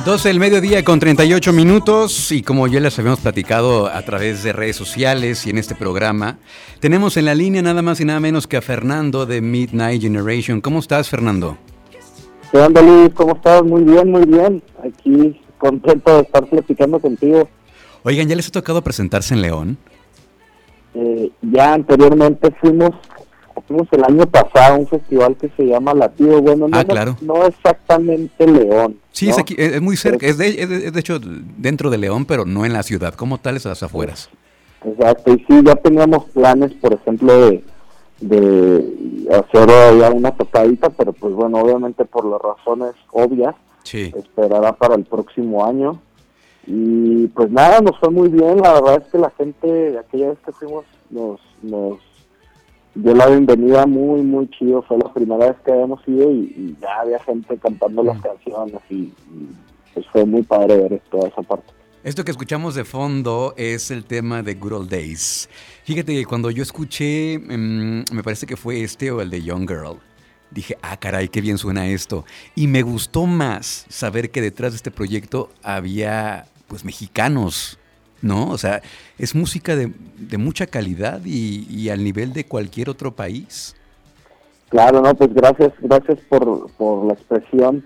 12 del mediodía con 38 minutos y como ya les habíamos platicado a través de redes sociales y en este programa, tenemos en la línea nada más y nada menos que a Fernando de Midnight Generation. ¿Cómo estás, Fernando? ¿Qué onda, Luis? ¿Cómo estás? Muy bien, muy bien. Aquí contento de estar platicando contigo. Oigan, ¿ya les ha tocado presentarse en León? Ya anteriormente fuimos el año pasado a un festival que se llama Latido. Bueno, claro. No exactamente León. Sí, ¿no? es aquí, es muy cerca, es de hecho dentro de León, pero no en la ciudad, como tal es a las afueras. Exacto, y sí, ya teníamos planes, por ejemplo, de hacer ya una tocadita, pero pues bueno, obviamente por las razones obvias, sí, esperará para el próximo año. Y pues nada, nos fue muy bien. La verdad es que la gente, aquella vez que fuimos, nos dio la bienvenida muy, muy chido. Fue la primera vez que habíamos ido y ya había gente cantando las canciones y pues fue muy padre ver toda esa parte. Esto que escuchamos de fondo es el tema de Good Old Days. Fíjate que cuando yo escuché, me parece que fue este o el de Young Girl, dije, caray, qué bien suena esto. Y me gustó más saber que detrás de este proyecto había, pues, mexicanos, ¿no? O sea, es música de mucha calidad y al nivel de cualquier otro país. Claro, no, pues gracias por la expresión.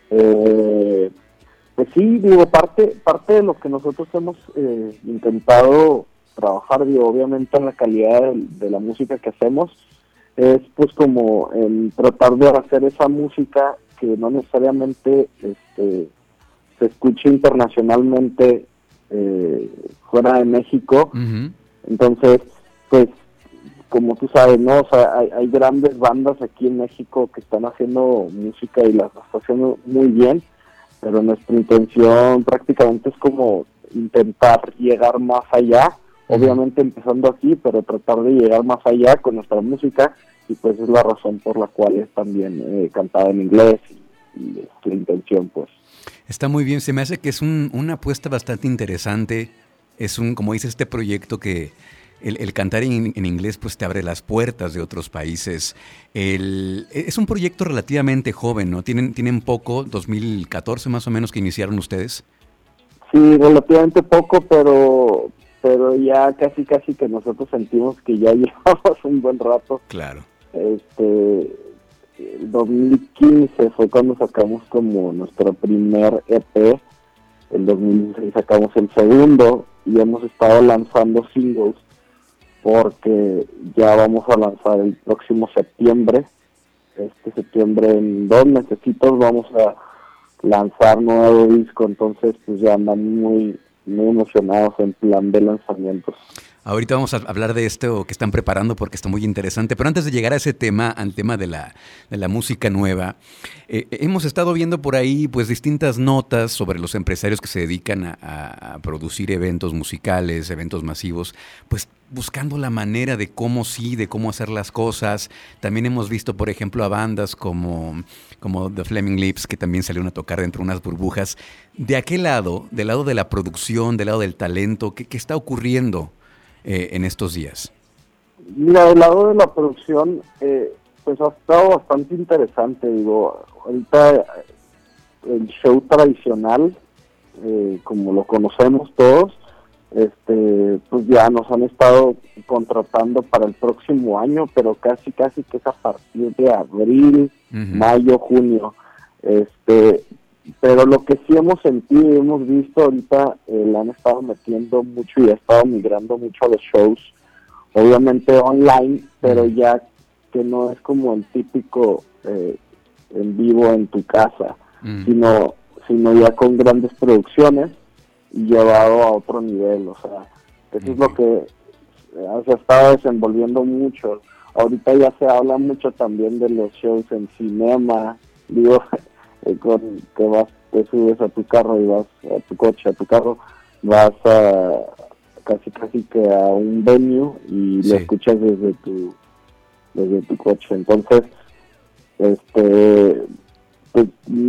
Pues sí, digo, parte de lo que nosotros hemos intentado trabajar, digo, obviamente en la calidad de la música que hacemos, es pues como el tratar de hacer esa música que no necesariamente se escuche internacionalmente fuera de México. Uh-huh. Entonces, pues como tú sabes, ¿no? O sea, hay grandes bandas aquí en México que están haciendo música y las están haciendo muy bien, pero nuestra intención prácticamente es como intentar llegar más allá, obviamente empezando aquí, pero tratar de llegar más allá con nuestra música, y pues es la razón por la cual es también cantada en inglés y es la intención, pues. Está muy bien, se me hace que es una apuesta bastante interesante, es como dice este proyecto que el cantar en inglés pues te abre las puertas de otros países. Es un proyecto relativamente joven, ¿no? Tienen poco, 2014 más o menos que iniciaron ustedes. Sí, relativamente poco, pero ya casi que nosotros sentimos que ya llevamos un buen rato. Claro. El 2015 fue cuando sacamos como nuestro primer EP, el 2016 sacamos el segundo y hemos estado lanzando singles porque ya vamos a lanzar el próximo septiembre. Este septiembre, en 2 mesecitos, vamos a lanzar nuevo disco, entonces pues ya andan muy, muy emocionados en plan de lanzamientos. Ahorita vamos a hablar de esto que están preparando porque está muy interesante, pero antes de llegar a ese tema, al tema de la música nueva, hemos estado viendo por ahí pues distintas notas sobre los empresarios que se dedican a producir eventos musicales, eventos masivos, pues buscando la manera de cómo hacer las cosas. También hemos visto, por ejemplo, a bandas como The Flaming Lips, que también salieron a tocar dentro de unas burbujas. De aquel lado, del lado de la producción, del lado del talento, ¿qué está ocurriendo en estos días? Mira, del lado de la producción, pues ha estado bastante interesante. Digo, ahorita el show tradicional, como lo conocemos todos, pues ya nos han estado contratando para el próximo año, pero casi que es a partir de abril, mayo, junio. Pero lo que sí hemos sentido y hemos visto ahorita, le han estado metiendo mucho y ha estado migrando mucho a los shows, obviamente online, pero ya que no es como el típico en vivo en tu casa, sino ya con grandes producciones y llevado a otro nivel. O sea, eso es lo que se ha estado desenvolviendo mucho. Ahorita ya se habla mucho también de los shows en cinema, digo, te subes a tu carro y vas a tu coche, a tu carro, vas a casi que a un venue y lo escuchas desde tu coche. Entonces, pues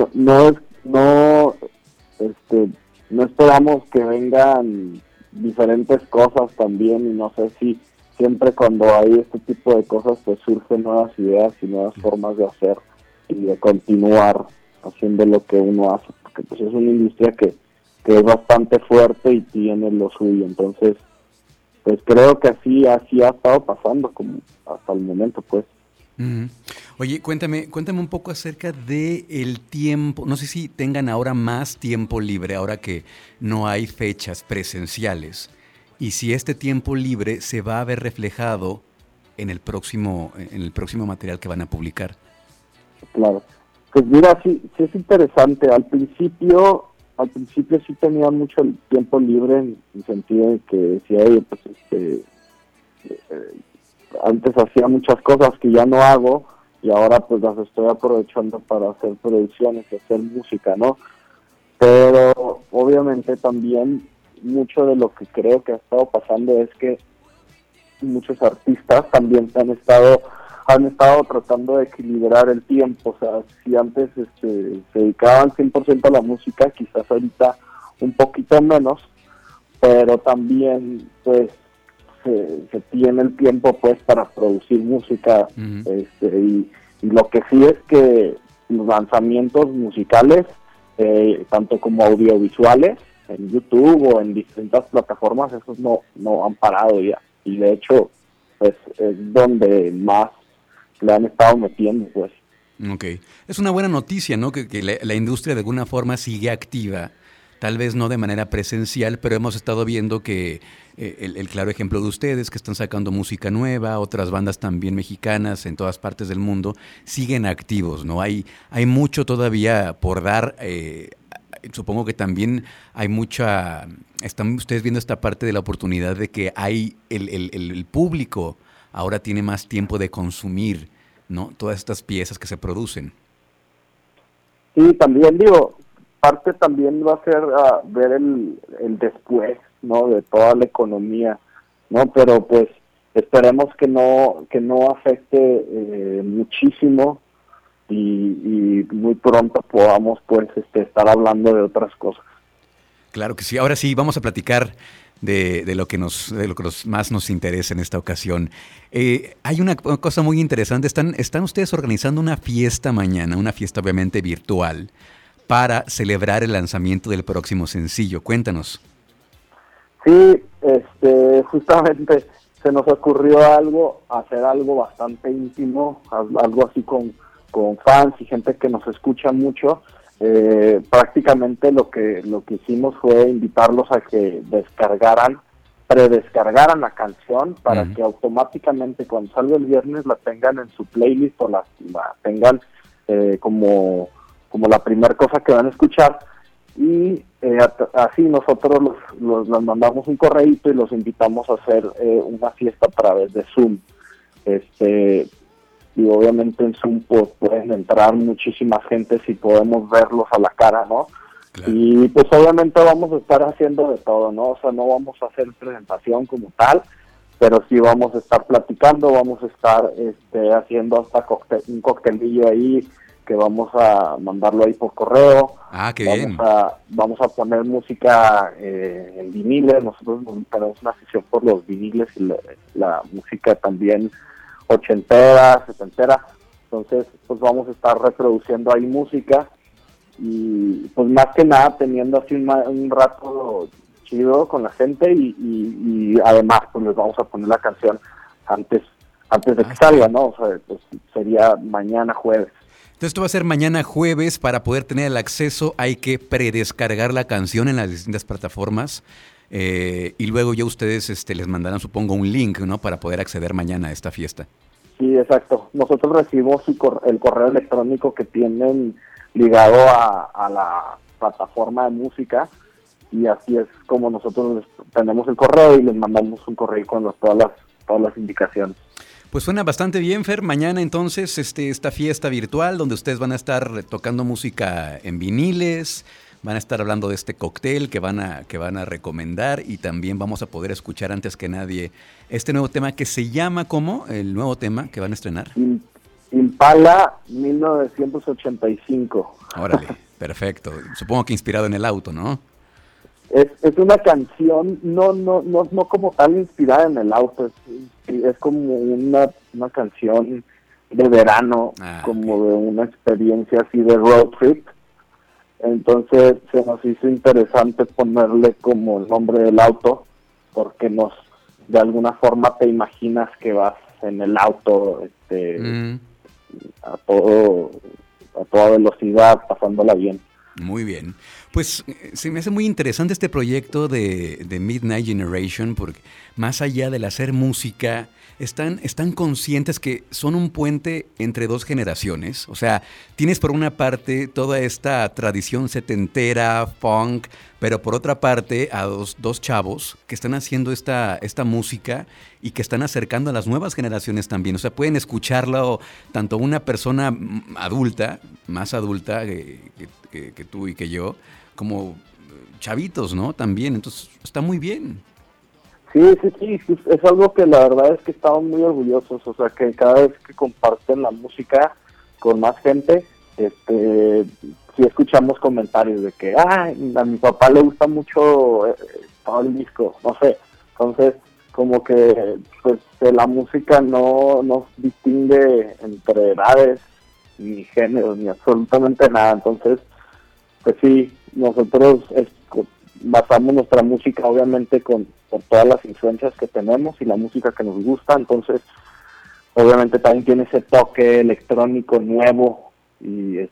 no esperamos que vengan diferentes cosas también, y no sé si siempre cuando hay este tipo de cosas pues surgen nuevas ideas y nuevas formas de hacer y de continuar haciendo lo que uno hace, porque pues es una industria que es bastante fuerte y tiene lo suyo. Entonces, pues creo que así ha estado pasando como hasta el momento, pues. Uh-huh. Oye, cuéntame un poco acerca de el tiempo. No sé si tengan ahora más tiempo libre, ahora que no hay fechas presenciales, y si este tiempo libre se va a ver reflejado en el próximo material que van a publicar. Claro. Pues mira, sí es interesante. Al principio sí tenía mucho el tiempo libre en el sentido de que decía, oye, pues antes hacía muchas cosas que ya no hago y ahora pues las estoy aprovechando para hacer producciones y hacer música, ¿no? Pero obviamente también mucho de lo que creo que ha estado pasando es que muchos artistas también han estado tratando de equilibrar el tiempo. O sea, si antes se dedicaban 100% a la música, quizás ahorita un poquito menos, pero también pues se tiene el tiempo pues para producir música. Uh-huh. Y lo que sí es que los lanzamientos musicales, tanto como audiovisuales, en YouTube o en distintas plataformas, esos no han parado ya. Y de hecho, pues es donde más le han estado metiendo, pues. Ok. Es una buena noticia, ¿no? Que la industria de alguna forma sigue activa. Tal vez no de manera presencial, pero hemos estado viendo que el claro ejemplo de ustedes, que están sacando música nueva, otras bandas también mexicanas en todas partes del mundo, siguen activos, ¿no? Hay mucho todavía por dar. Supongo que también hay están ustedes viendo esta parte de la oportunidad de que hay el público ahora tiene más tiempo de consumir, ¿no? Todas estas piezas que se producen. Sí, también parte también va a ser ver el después, ¿no? De toda la economía, ¿no? Pero pues esperemos que no afecte muchísimo y muy pronto podamos pues estar hablando de otras cosas. Claro que sí. Ahora sí, vamos a platicar de lo que más nos interesa en esta ocasión. Hay una cosa muy interesante. Están ustedes organizando una fiesta mañana, una fiesta obviamente virtual, para celebrar el lanzamiento del próximo sencillo. Cuéntanos. Sí, justamente se nos ocurrió hacer algo bastante íntimo, algo así con fans y gente que nos escucha mucho. Prácticamente lo que hicimos fue invitarlos a que predescargaran la canción para que automáticamente cuando salga el viernes la tengan en su playlist o la tengan como la primera cosa que van a escuchar, y así nosotros los mandamos un correíto y los invitamos a hacer una fiesta a través de Zoom. Y obviamente en Zoom pues, pueden entrar muchísima gente si podemos verlos a la cara, ¿no? Claro. Y pues obviamente vamos a estar haciendo de todo, ¿no? O sea, no vamos a hacer presentación como tal, pero sí vamos a estar platicando, vamos a estar haciendo hasta un coctelillo ahí, que vamos a mandarlo ahí por correo. Ah, qué bien. Vamos a poner música en viniles. Nosotros tenemos una afición por los viniles y la música también ochentera, setentera. Entonces, pues vamos a estar reproduciendo ahí música y pues más que nada teniendo así un rato chido con la gente y además pues les vamos a poner la canción antes de que salga, ¿no? O sea, pues sería mañana jueves. Entonces esto va a ser mañana jueves. Para poder tener el acceso hay que predescargar la canción en las distintas plataformas y luego ya ustedes les mandarán, supongo, un link, ¿no? Para poder acceder mañana a esta fiesta. Sí, exacto. Nosotros recibimos el correo electrónico que tienen ligado a la plataforma de música y así es como nosotros tenemos el correo y les mandamos un correo con todas las indicaciones. Pues suena bastante bien, Fer. Mañana entonces esta fiesta virtual donde ustedes van a estar tocando música en viniles, van a estar hablando de este cóctel que van a recomendar y también vamos a poder escuchar antes que nadie este nuevo tema que se llama, ¿cómo? El nuevo tema que van a estrenar. Impala 1985. Órale, perfecto. Supongo que inspirado en el auto, ¿no? Es una canción, no como tal inspirada en el auto, es como una canción de verano, como de una experiencia así de road trip. Entonces se nos hizo interesante ponerle como el nombre del auto, porque de alguna forma te imaginas que vas en el auto a toda velocidad, pasándola bien. Muy bien. Pues se me hace muy interesante este proyecto de Midnight Generation, porque más allá del hacer música, están conscientes que son un puente entre dos generaciones. O sea, tienes por una parte toda esta tradición setentera, funk, pero por otra parte a dos chavos que están haciendo esta música y que están acercando a las nuevas generaciones también. O sea, pueden escucharlo tanto una persona adulta, más adulta que tú y que yo, como chavitos, ¿no? También, entonces está muy bien. Sí, es algo que la verdad es que estamos muy orgullosos, o sea, que cada vez que comparten la música con más gente, sí escuchamos comentarios de que, a mi papá le gusta mucho todo el disco, no sé, entonces como que pues la música no distingue entre edades, ni géneros, ni absolutamente nada, entonces pues sí, nosotros basamos nuestra música obviamente por todas las influencias que tenemos y la música que nos gusta, entonces obviamente también tiene ese toque electrónico nuevo y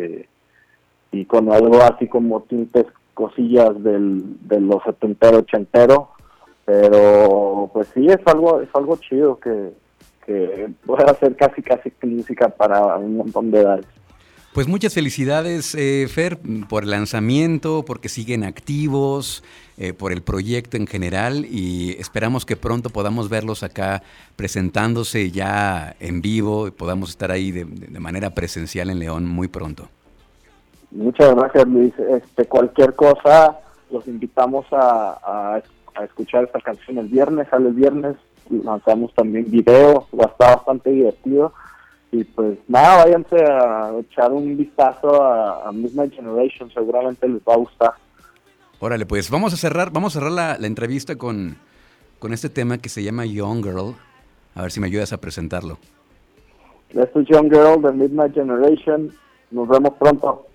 con algo así como tintes, cosillas de los setentero, ochentero, pero pues sí es algo chido que puede hacer casi música para un montón de edades. Pues muchas felicidades, Fer, por el lanzamiento, porque siguen activos, por el proyecto en general, y esperamos que pronto podamos verlos acá presentándose ya en vivo y podamos estar ahí de manera presencial en León muy pronto. Muchas gracias, Luis. Cualquier cosa, los invitamos a escuchar esta canción el viernes, sale el viernes, lanzamos también video, está bastante divertido. Y pues nada, váyanse a echar un vistazo a Midnight Generation, seguramente les va a gustar. Órale, pues vamos a cerrar la entrevista con este tema que se llama Young Girl. A ver si me ayudas a presentarlo. Esto es Young Girl de Midnight Generation. Nos vemos pronto.